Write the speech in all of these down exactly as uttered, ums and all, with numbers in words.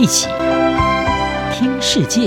一起听世界。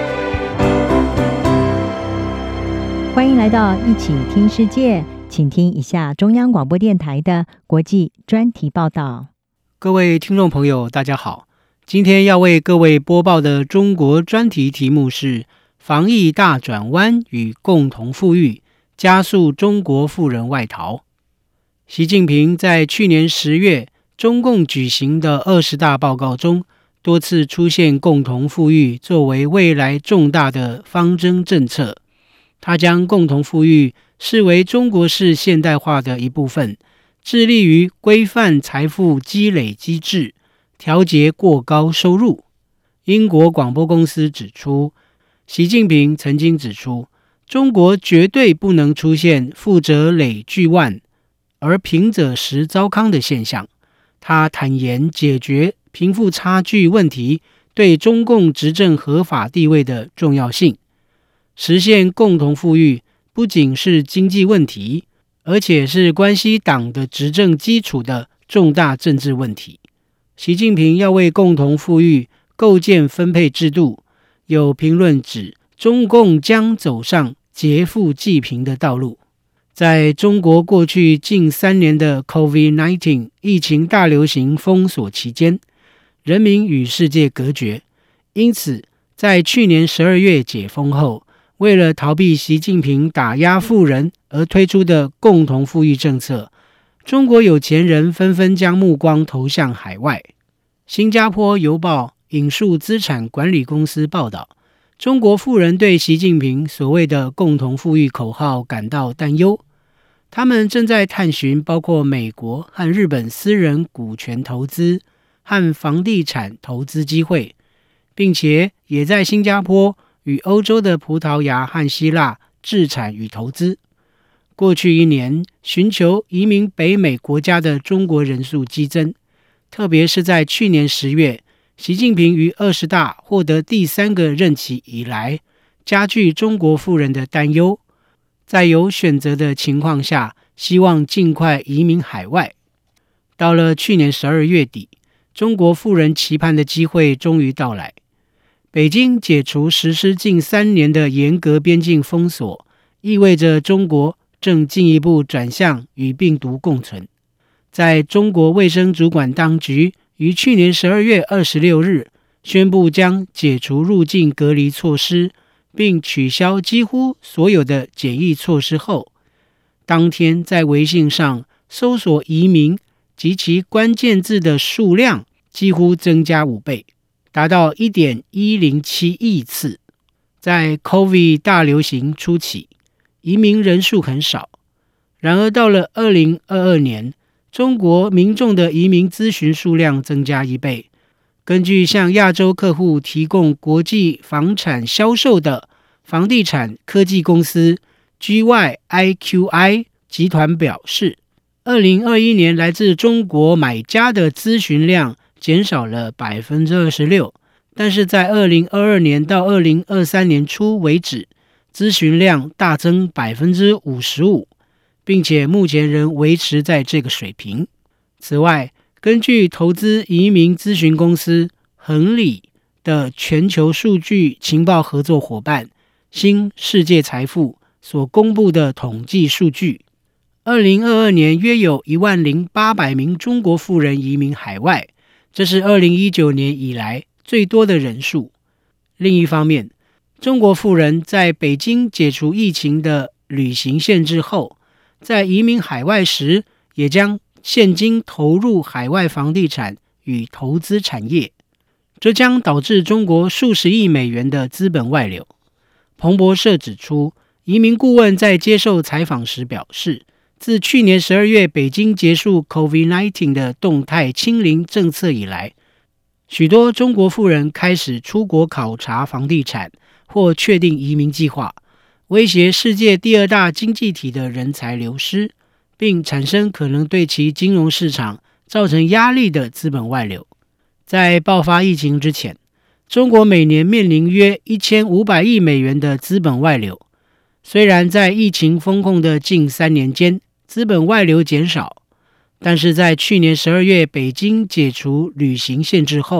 欢迎来到一起听世界，请听一下中央广播电台的国际专题报道。 各位听众朋友大家好，今天要为各位播报的中国专题题目是防疫大转弯与共同富裕，加速中国富人外逃。习近平在去年十月中共举行的二十大报告中，多次出现共同富裕作为未来重大的方针政策。他将共同富裕视为中国式现代化的一部分，致力于规范财富积累机制，调节过高收入。英国广播公司指出，习近平曾经指出，中国绝对不能出现富者累巨万而贫者实糟糠的现象。他坦言解决贫富差距问题对中共执政合法地位的重要性。实现共同富裕不仅是经济问题，而且是关系党的执政基础的重大政治问题。习近平要为共同富裕构建分配制度，有评论指中共将走上劫富济贫的道路。在中国过去近三年的 COVID 十九 疫情大流行封锁期间，人民与世界隔绝，因此在去年十二月解封后，为了逃避习近平打压富人而推出的共同富裕政策，中国有钱人纷纷将目光投向海外。新加坡邮报引述资产管理公司报道，中国富人对习近平所谓的共同富裕口号感到担忧，他们正在探寻包括美国和日本私人股权投资和房地产投资机会，并且也在新加坡与欧洲的葡萄牙和希腊置产与投资。过去一年，寻求移民北美国家的中国人数激增，特别是在去年十月，习近平于二十大获得第三个任期以来，加剧中国富人的担忧，在有选择的情况下，希望尽快移民海外。到了去年十二月底，中国富人期盼的机会终于到来。北京解除实施近三年的严格边境封锁，意味着中国正进一步转向与病毒共存。在中国卫生主管当局于去年十二月二十六日宣布将解除入境隔离措施，并取消几乎所有的检疫措施后，当天在微信上搜索移民及其关键字的数量几乎增加五倍，达到 一点一零七亿次。在 COVID 大流行初期，移民人数很少，然而到了二零二二年，中国民众的移民咨询数量增加一倍。根据向亚洲客户提供国际房产销售的房地产科技公司 G Y I Q I 集团表示，二零二一年来自中国买家的咨询量减少了 百分之二十六， 但是在二零二二年到二零二三年初为止，咨询量大增 百分之五十五， 并且目前仍维持在这个水平。此外，根据投资移民咨询公司恒理的全球数据情报合作伙伴新世界财富所公布的统计数据，二零二二年约有一万零八百名中国富人移民海外，这是二零一九年以来最多的人数。另一方面，中国富人在北京解除疫情的旅行限制后，在移民海外时也将现金投入海外房地产与投资产业，这将导致中国数十亿美元的资本外流。彭博社指出，移民顾问在接受采访时表示，自去年十二月北京结束 COVID 十九 的动态清零政策以来，许多中国富人开始出国考察房地产或确定移民计划，威胁世界第二大经济体的人才流失，并产生可能对其金融市场造成压力的资本外流。在爆发疫情之前，中国每年面临约一千五百亿美元的资本外流。虽然在疫情封控的近三年间，资本外流减少，但是在去年十二月北京解除旅行限制后，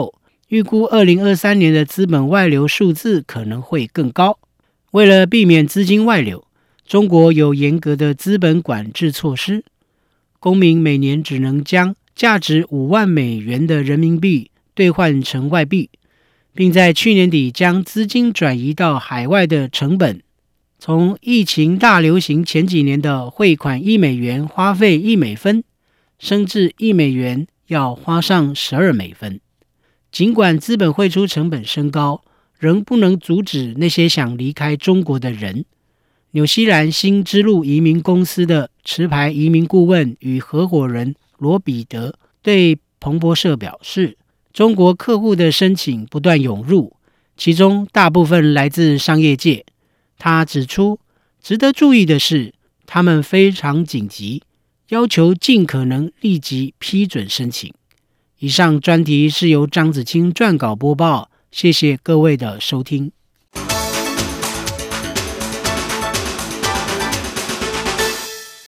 预估二零二三年的资本外流数字可能会更高。为了避免资金外流，中国有严格的资本管制措施，公民每年只能将价值五万美元的人民币兑换成外币，并在去年底将资金转移到海外的成本，从疫情大流行前几年的汇款一美元花费一美分，升至一美元要花上十二美分。尽管资本汇出成本升高，仍不能阻止那些想离开中国的人。纽西兰新之路移民公司的持牌移民顾问与合伙人罗彼得对彭博社表示，中国客户的申请不断涌入，其中大部分来自商业界。他指出，值得注意的是，他们非常紧急，要求尽可能立即批准申请。以上专题是由张子清撰稿播报，谢谢各位的收听。